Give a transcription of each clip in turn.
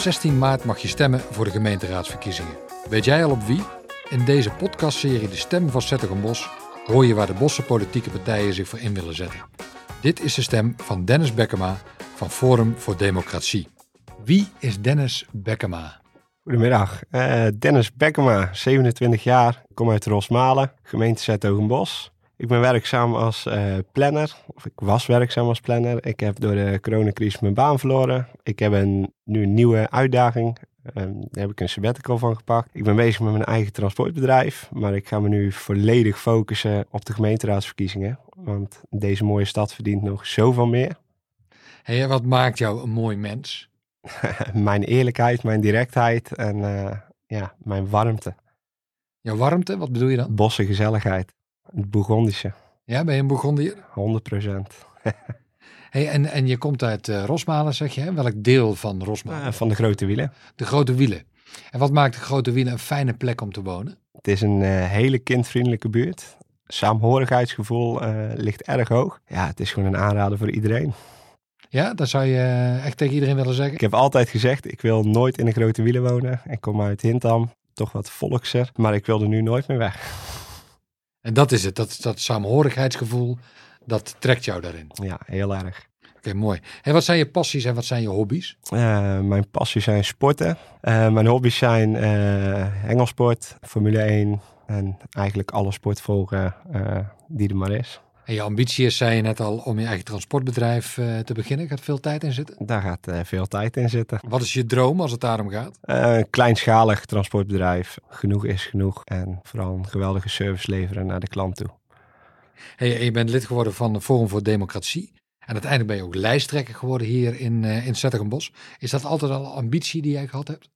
16 maart mag je stemmen voor de gemeenteraadsverkiezingen. Weet jij al op wie? In deze podcastserie De Stem van 's-Hertogenbosch hoor je waar de Bosse politieke partijen zich voor in willen zetten. Dit is de stem van Dennis Bekkema van Forum voor Democratie. Wie is Dennis Bekkema? Goedemiddag, Dennis Bekkema, 27 jaar, kom uit Rosmalen, gemeente 's-Hertogenbosch. Ik ben werkzaam als planner, of ik was werkzaam als planner. Ik heb door de coronacrisis mijn baan verloren. Ik heb nu een nieuwe uitdaging. Daar heb ik een sabbatical van gepakt. Ik ben bezig met mijn eigen transportbedrijf, maar ik ga me nu volledig focussen op de gemeenteraadsverkiezingen. Want deze mooie stad verdient nog zoveel meer. Hey, wat maakt jou een mooi mens? Mijn eerlijkheid, mijn directheid en mijn warmte. Jouw warmte, wat bedoel je dan? Bosse gezelligheid. Het Bourgondische. Ja, ben je een Bourgondier? 100%. Hey, en je komt uit Rosmalen, zeg je. Hè? Welk deel van Rosmalen? Van de Grote Wielen. De Grote Wielen. En wat maakt de Grote Wielen een fijne plek om te wonen? Het is een hele kindvriendelijke buurt. Saamhorigheidsgevoel ligt erg hoog. Ja, het is gewoon een aanrader voor iedereen. Ja, dat zou je echt tegen iedereen willen zeggen? Ik heb altijd gezegd, ik wil nooit in de Grote Wielen wonen. Ik kom uit Hintham, toch wat volkser. Maar ik wil er nu nooit meer weg. En dat is het, dat saamhorigheidsgevoel, dat trekt jou daarin. Ja, heel erg. Oké, mooi. Hey, wat zijn je passies en wat zijn je hobby's? Mijn passies zijn sporten. Mijn hobby's zijn hengelsport, Formule 1 en eigenlijk alle sport volgen die er maar is. En je ambitie is, zei je net al, om je eigen transportbedrijf te beginnen. Gaat veel tijd in zitten? Daar gaat veel tijd in zitten. Wat is je droom als het daarom gaat? Een kleinschalig transportbedrijf. Genoeg is genoeg. En vooral een geweldige service leveren naar de klant toe. Hey, je bent lid geworden van de Forum voor Democratie. En uiteindelijk ben je ook lijsttrekker geworden hier in 's-Hertogenbosch. Is dat altijd al een ambitie die jij gehad hebt?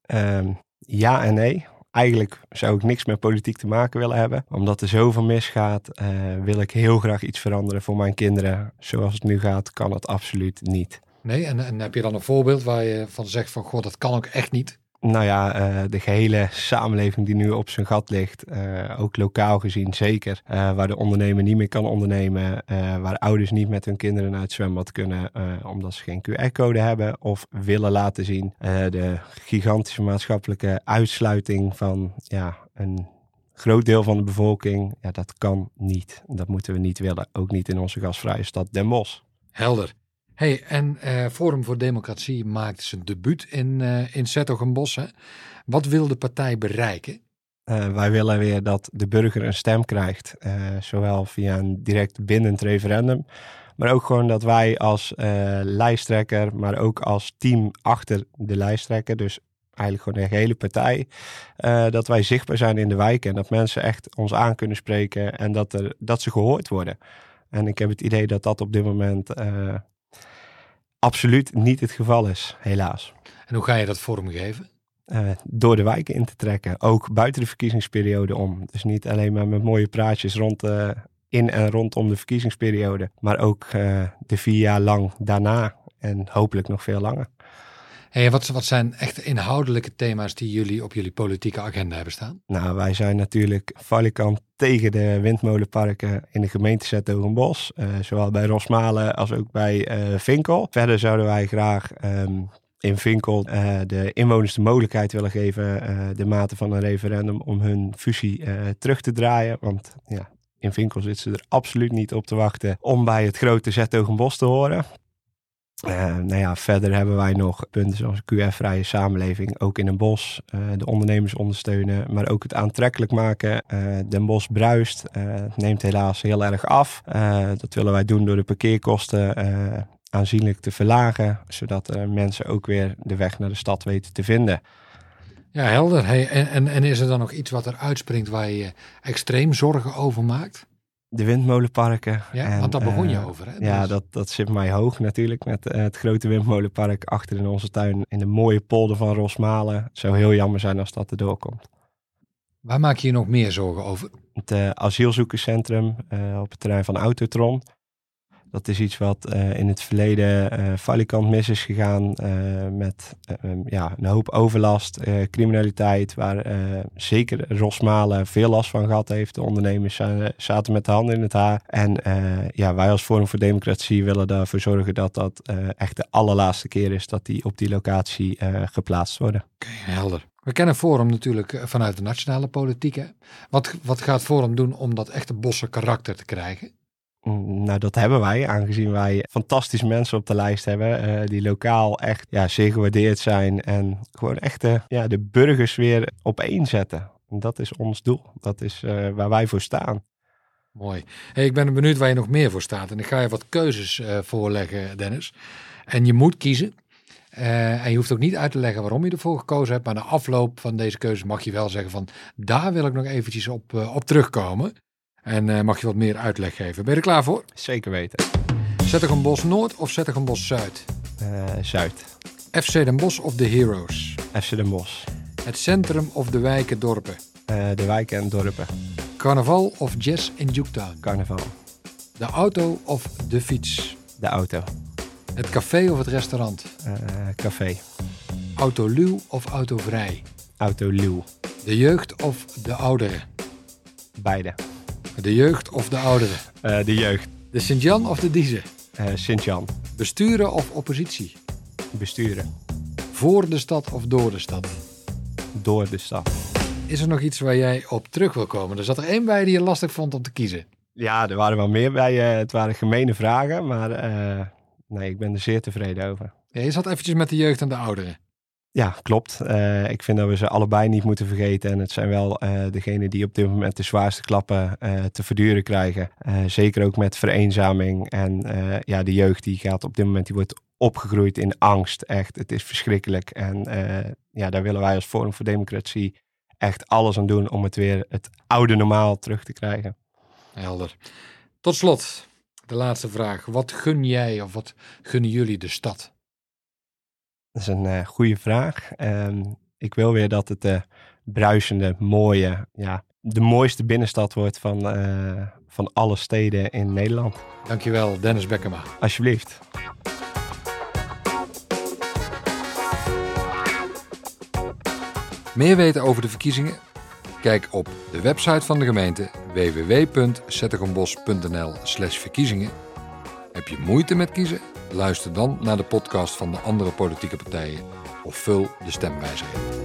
Ja en nee. Eigenlijk zou ik niks met politiek te maken willen hebben. Omdat er zoveel misgaat, wil ik heel graag iets veranderen voor mijn kinderen. Zoals het nu gaat, kan het absoluut niet. Nee, en heb je dan een voorbeeld waar je van zegt van, goh, dat kan ook echt niet? Nou ja, de gehele samenleving die nu op zijn gat ligt, ook lokaal gezien zeker. Waar de ondernemer niet meer kan ondernemen, waar ouders niet met hun kinderen naar het zwembad kunnen, omdat ze geen QR-code hebben of willen laten zien. De gigantische maatschappelijke uitsluiting van een groot deel van de bevolking, dat kan niet. Dat moeten we niet willen, ook niet in onze gastvrije stad Den Bosch. Helder. Hey, en Forum voor Democratie maakt zijn debuut in 's-Hertogenbosch. Wat wil de partij bereiken? Wij willen weer dat de burger een stem krijgt. Zowel via een direct bindend referendum. Maar ook gewoon dat wij als lijsttrekker, maar ook als team achter de lijsttrekker. Dus eigenlijk gewoon de gehele partij. Dat wij zichtbaar zijn in de wijken. En dat mensen echt ons aan kunnen spreken. En dat ze gehoord worden. En ik heb het idee dat dat op dit moment absoluut niet het geval is, helaas. En hoe ga je dat vormgeven? Door de wijken in te trekken, ook buiten de verkiezingsperiode om. Dus niet alleen maar met mooie praatjes in en rondom de verkiezingsperiode, maar ook de 4 jaar lang daarna en hopelijk nog veel langer. Hey, wat zijn echt inhoudelijke thema's die jullie op jullie politieke agenda hebben staan? Nou, wij zijn natuurlijk valikant tegen de windmolenparken in de gemeente 's-Hertogenbosch. Zowel bij Rosmalen als ook bij Vinkel. Verder zouden wij graag in Vinkel de inwoners de mogelijkheid willen geven, de mate van een referendum, om hun fusie terug te draaien. Want in Vinkel zitten ze er absoluut niet op te wachten om bij het grote 's-Hertogenbosch te horen. Verder hebben wij nog punten zoals QR-vrije samenleving, ook in Den Bosch. De ondernemers ondersteunen, maar ook het aantrekkelijk maken. Den Bosch bruist, neemt helaas heel erg af. Dat willen wij doen door de parkeerkosten aanzienlijk te verlagen, zodat mensen ook weer de weg naar de stad weten te vinden. Ja, helder. Hey, en is er dan nog iets wat er uitspringt waar je je extreem zorgen over maakt? De windmolenparken. Ja, want daar begon je over. Hè? Ja, dat zit mij hoog natuurlijk. Met het grote windmolenpark achter in onze tuin in de mooie polder van Rosmalen. Het zou heel jammer zijn als dat erdoor komt. Waar maak je je nog meer zorgen over? Het asielzoekerscentrum op het terrein van Autotron. Dat is iets wat in het verleden falikant mis is gegaan met een hoop overlast, criminaliteit, waar zeker Rosmalen veel last van gehad heeft. De ondernemers zaten met de handen in het haar. En wij als Forum voor Democratie willen ervoor zorgen dat dat echt de allerlaatste keer is dat die op die locatie geplaatst worden. Oké, helder. We kennen Forum natuurlijk vanuit de nationale politiek. Hè? Wat gaat Forum doen om dat echte bosse karakter te krijgen? Nou, dat hebben wij, aangezien wij fantastische mensen op de lijst hebben. Die lokaal echt zeer gewaardeerd zijn. En gewoon echt de burgers weer op één zetten. En dat is ons doel. Dat is waar wij voor staan. Mooi. Hey, ik ben benieuwd waar je nog meer voor staat. En ik ga je wat keuzes voorleggen, Dennis. En je moet kiezen. En je hoeft ook niet uit te leggen waarom je ervoor gekozen hebt. Maar na afloop van deze keuze mag je wel zeggen van... daar wil ik nog eventjes op terugkomen. En mag je wat meer uitleg geven. Ben je er klaar voor? Zeker weten. Zettergenbosch Noord of Zettergenbosch Zuid? Zuid. FC Den Bosch of de Heroes? FC Den Bosch. Het centrum of de wijken, dorpen? De wijken en dorpen. Carnaval of jazz in Juketown? Carnaval. De auto of de fiets? De auto. Het café of het restaurant? Café. Autoluw of autovrij? Autoluw. De jeugd of de ouderen? Beide. De jeugd of de ouderen? De jeugd. De Sint-Jan of de Diezen? Sint-Jan. Besturen of oppositie? Besturen. Voor de stad of door de stad? Door de stad. Is er nog iets waar jij op terug wil komen? Er zat er één bij die je lastig vond om te kiezen. Ja, er waren wel meer bij. Het waren gemene vragen, maar ik ben er zeer tevreden over. Ja, je zat eventjes met de jeugd en de ouderen. Ja, klopt. Ik vind dat we ze allebei niet moeten vergeten. En het zijn wel degenen die op dit moment de zwaarste klappen te verduren krijgen. Zeker ook met vereenzaming. En de jeugd die gaat op dit moment, die wordt opgegroeid in angst. Echt, het is verschrikkelijk. En daar willen wij als Forum voor Democratie echt alles aan doen om het weer het oude normaal terug te krijgen. Helder. Tot slot, de laatste vraag. Wat gun jij of wat gunnen jullie de stad? Dat is een goede vraag. Ik wil weer dat het de bruisende, mooie, de mooiste binnenstad wordt van alle steden in Nederland. Dankjewel, Dennis Bekkema. Alsjeblieft. Meer weten over de verkiezingen? Kijk op de website van de gemeente www.zettergenbosch.nl/verkiezingen. Heb je moeite met kiezen? Luister dan naar de podcast van de andere politieke partijen of vul de stemwijzer in.